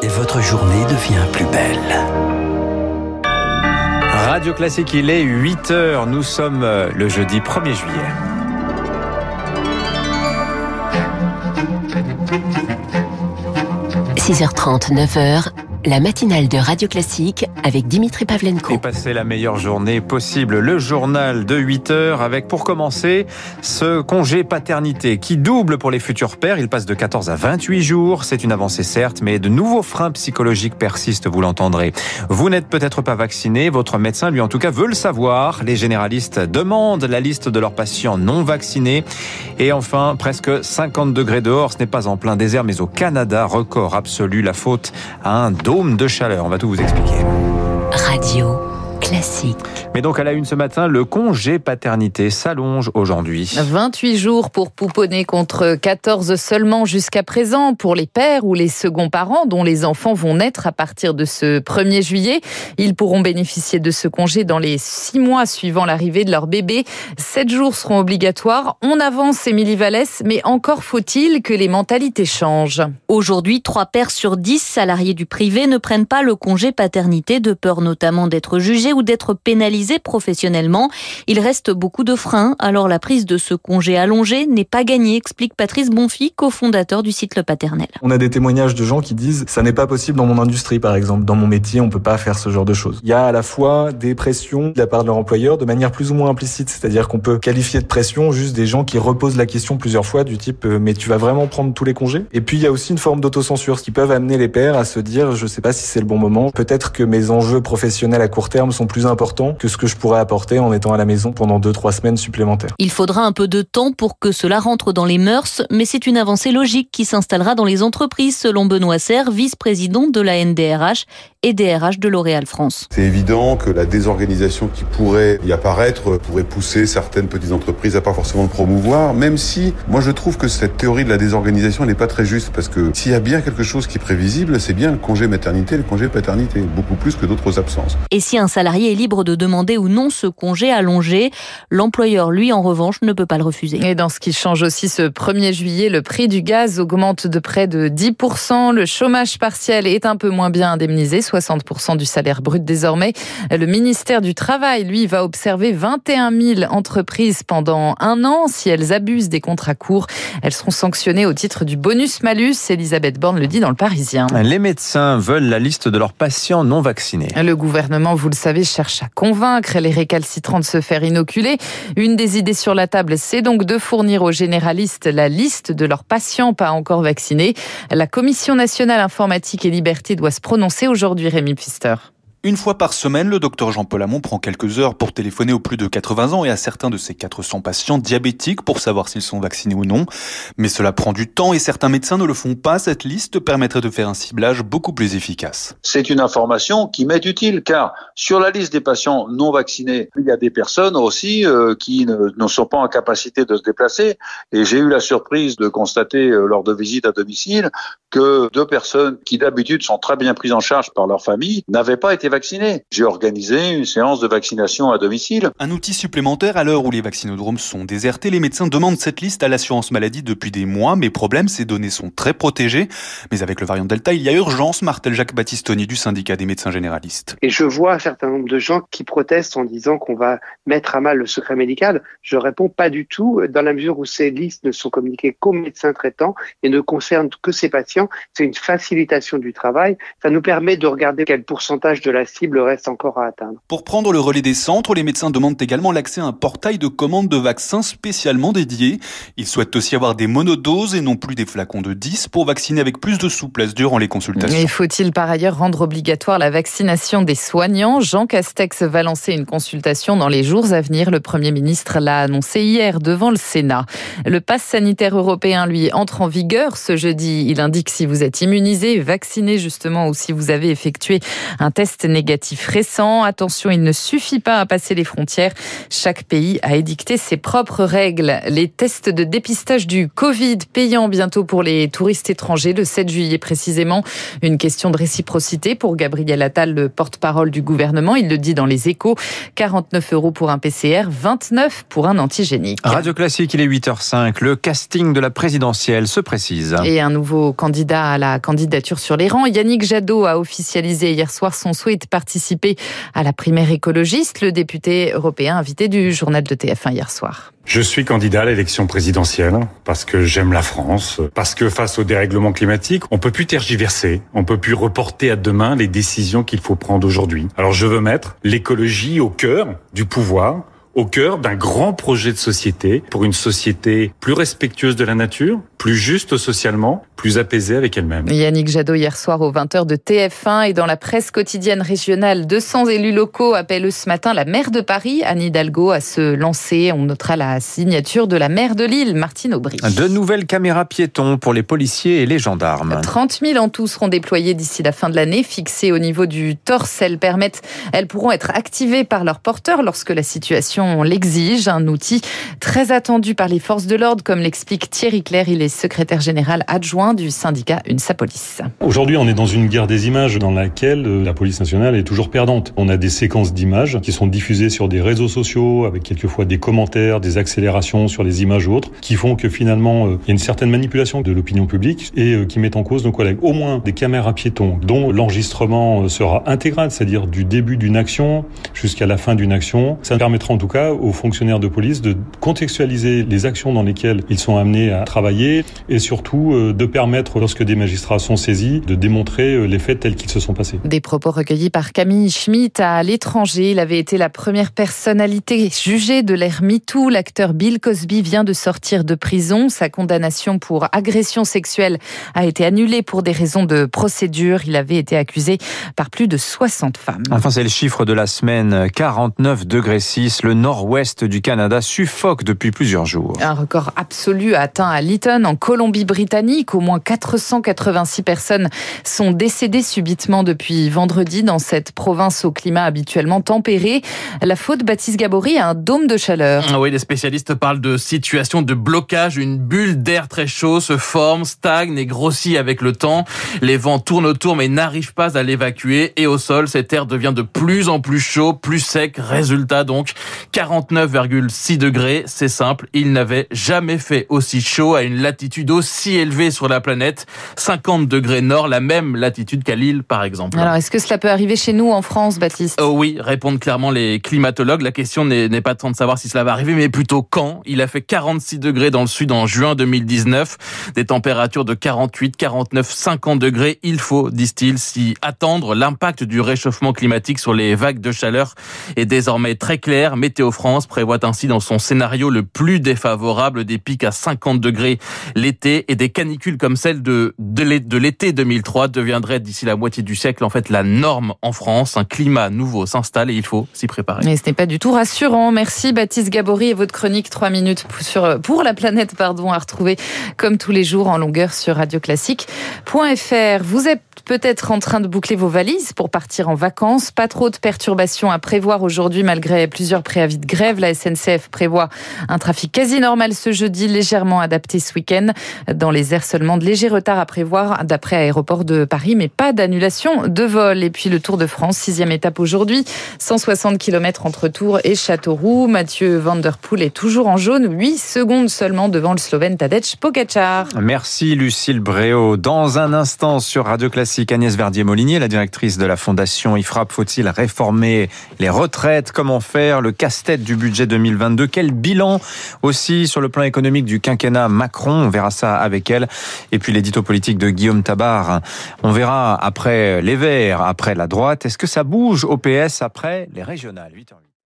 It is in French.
et votre journée devient plus belle. Radio Classique, il est 8h. Nous sommes le jeudi 1er juillet. – 6h30, 9h, la matinale de Radio Classique avec Dimitri Pavlenko. Et passer la meilleure journée possible. Le journal de 8h avec, pour commencer, ce congé paternité qui double pour les futurs pères. Il passe de 14 à 28 jours. C'est une avancée certes, mais de nouveaux freins psychologiques persistent, vous l'entendrez. Vous n'êtes peut-être pas vacciné. Votre médecin, lui, en tout cas, veut le savoir. Les généralistes demandent la liste de leurs patients non vaccinés. Et enfin, presque 50 degrés dehors. Ce n'est pas en plein désert, mais au Canada. Record absolu. La faute à un dôme de chaleur. On va tout vous expliquer. Radio Classique. Mais donc à la une ce matin, le congé paternité s'allonge aujourd'hui. 28 jours pour pouponner contre 14 seulement jusqu'à présent pour les pères ou les seconds parents dont les enfants vont naître à partir de ce 1er juillet. Ils pourront bénéficier de ce congé dans les 6 mois suivant l'arrivée de leur bébé. 7 jours seront obligatoires. On avance, Émilie Vallès, mais encore faut-il que les mentalités changent. Aujourd'hui, 3 pères sur 10 salariés du privé ne prennent pas le congé paternité de peur notamment d'être jugés ou d'être pénalisés professionnellement. Il reste beaucoup de freins, alors la prise de ce congé allongé n'est pas gagnée, explique Patrice Bonfi, cofondateur du site Le Paternel. On a des témoignages de gens qui disent « ça n'est pas possible dans mon industrie par exemple, dans mon métier on peut pas faire ce genre de choses ». Il y a à la fois des pressions de la part de leur employeur de manière plus ou moins implicite, c'est-à-dire qu'on peut qualifier de pression juste des gens qui reposent la question plusieurs fois du type « mais tu vas vraiment prendre tous les congés ?» Et puis il y a aussi une forme d'autocensure, ce qui peuvent amener les pères à se dire « je sais pas si c'est le bon moment, peut-être que mes enjeux professionnels à court terme sont plus importants que ce que je pourrais apporter en étant à la maison pendant 2-3 semaines supplémentaires. » Il faudra un peu de temps pour que cela rentre dans les mœurs, mais c'est une avancée logique qui s'installera dans les entreprises, selon Benoît Serre, vice-président de la NDRH et DRH de L'Oréal France. C'est évident que la désorganisation qui pourrait y apparaître pourrait pousser certaines petites entreprises à pas forcément le promouvoir, même si moi je trouve que cette théorie de la désorganisation n'est pas très juste, parce que s'il y a bien quelque chose qui est prévisible, c'est bien le congé maternité et le congé paternité, beaucoup plus que d'autres absences. Et si un salarié est libre de demander ou non ce congé allongé, l'employeur, lui, en revanche, ne peut pas le refuser. Et dans ce qui change aussi ce 1er juillet, le prix du gaz augmente de près de 10%. Le chômage partiel est un peu moins bien indemnisé, 60% du salaire brut désormais. Le ministère du Travail, lui, va observer 21 000 entreprises pendant 1 an. Si elles abusent des contrats courts, elles seront sanctionnées au titre du bonus-malus. Elisabeth Borne le dit dans Le Parisien. Les médecins veulent la liste de leurs patients non vaccinés. Le gouvernement, vous le savez, cherche à convaincre les récalcitrants de se faire inoculer. Une des idées sur la table, c'est donc de fournir aux généralistes la liste de leurs patients pas encore vaccinés. La Commission nationale informatique et liberté doit se prononcer aujourd'hui, Rémi Pfister. Une fois par semaine, le docteur Jean-Paul Hamon prend quelques heures pour téléphoner aux plus de 80 ans et à certains de ses 400 patients diabétiques pour savoir s'ils sont vaccinés ou non. Mais cela prend du temps et certains médecins ne le font pas. Cette liste permettrait de faire un ciblage beaucoup plus efficace. C'est une information qui m'est utile, car sur la liste des patients non vaccinés, il y a des personnes aussi qui ne sont pas en capacité de se déplacer. Et j'ai eu la surprise de constater lors de visites à domicile que 2 personnes qui d'habitude sont très bien prises en charge par leur famille n'avaient pas été vaccinés. J'ai organisé une séance de vaccination à domicile. Un outil supplémentaire à l'heure où les vaccinodromes sont désertés. Les médecins demandent cette liste à l'assurance maladie depuis des mois, mais problème, ces données sont très protégées. Mais avec le variant Delta, il y a urgence, martèle Jacques Battistoni du syndicat des médecins généralistes. Et je vois un certain nombre de gens qui protestent en disant qu'on va mettre à mal le secret médical. Je réponds pas du tout, dans la mesure où ces listes ne sont communiquées qu'aux médecins traitants et ne concernent que ces patients. C'est une facilitation du travail. Ça nous permet de regarder quel pourcentage de la cible reste encore à atteindre. Pour prendre le relais des centres, les médecins demandent également l'accès à un portail de commande de vaccins spécialement dédié. Ils souhaitent aussi avoir des monodoses et non plus des flacons de 10 pour vacciner avec plus de souplesse durant les consultations. Mais faut-il par ailleurs rendre obligatoire la vaccination des soignants ? Jean Castex va lancer une consultation dans les jours à venir. Le Premier ministre l'a annoncé hier devant le Sénat. Le pass sanitaire européen, lui, entre en vigueur ce jeudi. Il indique si vous êtes immunisé, vacciné justement, ou si vous avez effectué un test négatifs récents. Attention, il ne suffit pas à passer les frontières. Chaque pays a édicté ses propres règles. Les tests de dépistage du Covid payants bientôt pour les touristes étrangers, le 7 juillet précisément. Une question de réciprocité pour Gabriel Attal, le porte-parole du gouvernement. Il le dit dans Les Échos. 49 € pour un PCR, 29 pour un antigénique. Radio Classique, il est 8h05. Le casting de la présidentielle se précise. Et un nouveau candidat à la candidature sur les rangs. Yannick Jadot a officialisé hier soir son souhait de participer à la primaire écologiste. Le député européen invité du journal de TF1 hier soir. Je suis candidat à l'élection présidentielle parce que j'aime la France, parce que face au dérèglement climatique, on peut plus tergiverser, on peut plus reporter à demain les décisions qu'il faut prendre aujourd'hui. Alors je veux mettre l'écologie au cœur du pouvoir, au cœur d'un grand projet de société, pour une société plus respectueuse de la nature, plus juste socialement, plus apaisée avec elle-même. Yannick Jadot hier soir aux 20h de TF1 et dans la presse quotidienne régionale. 200 élus locaux appellent ce matin la maire de Paris, Anne Hidalgo, à se lancer. On notera la signature de la maire de Lille, Martine Aubry. De nouvelles caméras piétons pour les policiers et les gendarmes. 30 000 en tout seront déployées d'ici la fin de l'année, fixées au niveau du torse. Elles pourront être activées par leurs porteurs lorsque la situation l'exige. Un outil très attendu par les forces de l'ordre, comme l'explique Thierry Clair. Il est secrétaire général adjoint du syndicat UNSA Police. Aujourd'hui, on est dans une guerre des images dans laquelle la police nationale est toujours perdante. On a des séquences d'images qui sont diffusées sur des réseaux sociaux avec quelquefois des commentaires, des accélérations sur les images ou autres qui font que finalement, il y a une certaine manipulation de l'opinion publique et qui met en cause nos collègues. Au moins des caméras piétons dont l'enregistrement sera intégral, c'est-à-dire du début d'une action jusqu'à la fin d'une action. Ça permettra en tout cas aux fonctionnaires de police de contextualiser les actions dans lesquelles ils sont amenés à travailler et surtout de permettre, lorsque des magistrats sont saisis, de démontrer les faits tels qu'ils se sont passés. Des propos recueillis par Camille Schmitt à l'étranger. Il avait été la première personnalité jugée de l'ère MeToo. L'acteur Bill Cosby vient de sortir de prison. Sa condamnation pour agression sexuelle a été annulée pour des raisons de procédure. Il avait été accusé par plus de 60 femmes. Enfin, c'est le chiffre de la semaine. 49,6 degrés. Le nord-ouest du Canada suffoque depuis plusieurs jours. Un record absolu atteint à Lytton, en Colombie-Britannique. Au moins 486 personnes sont décédées subitement depuis vendredi dans cette province au climat habituellement tempéré. La faute, Baptiste Gabory, à un dôme de chaleur. Oui, les spécialistes parlent de situation de blocage. Une bulle d'air très chaud se forme, stagne et grossit avec le temps. Les vents tournent autour mais n'arrivent pas à l'évacuer. Et au sol, cet air devient de plus en plus chaud, plus sec. Résultat donc, 49,6 degrés. C'est simple, il n'avait jamais fait aussi chaud à une latitude aussi élevée sur la planète. 50 degrés nord, la même latitude qu'à Lille, par exemple. Alors, est-ce que cela peut arriver chez nous, en France, Baptiste ? Oui, répondent clairement les climatologues. La question n'est pas tant de savoir si cela va arriver, mais plutôt quand. Il a fait 46 degrés dans le sud en juin 2019. Des températures de 48, 49, 50 degrés. Il faut, disent-ils, s'y attendre. L'impact du réchauffement climatique sur les vagues de chaleur est désormais très clair. Météo France prévoit ainsi dans son scénario le plus défavorable des pics à 50 degrés l'été et des canicules comme celle de l'été 2003 deviendraient d'ici la moitié du siècle en fait la norme en France. Un climat nouveau s'installe et il faut s'y préparer. Et ce n'est pas du tout rassurant. Merci Baptiste Gabory et votre chronique 3 minutes pour la planète à retrouver comme tous les jours en longueur sur radioclassique.fr. Vous êtes peut-être en train de boucler vos valises pour partir en vacances. Pas trop de perturbations à prévoir aujourd'hui malgré plusieurs préavis de grève. La SNCF prévoit un trafic quasi normal ce jeudi, légèrement adapté ce week-end. Dans les airs seulement de légers retards à prévoir d'après Aéroport de Paris, mais pas d'annulation de vol. Et puis le Tour de France, 6e étape aujourd'hui. 160 km entre Tours et Châteauroux. Mathieu Van Der Poel est toujours en jaune. 8 secondes seulement devant le Slovène Tadej Pogačar. Merci Lucille Bréau. Dans un instant sur Radio Classique, Agnès Verdier-Molinier, la directrice de la Fondation IFRAP. Faut-il réformer les retraites ? Comment faire ? Le casse-tête du budget 2022. Quel bilan aussi sur le plan économique du quinquennat Macron ? On verra ça avec elle. Et puis l'édito politique de Guillaume Tabar. On verra après les Verts, après la droite. Est-ce que ça bouge au PS après les régionales ? 8h08.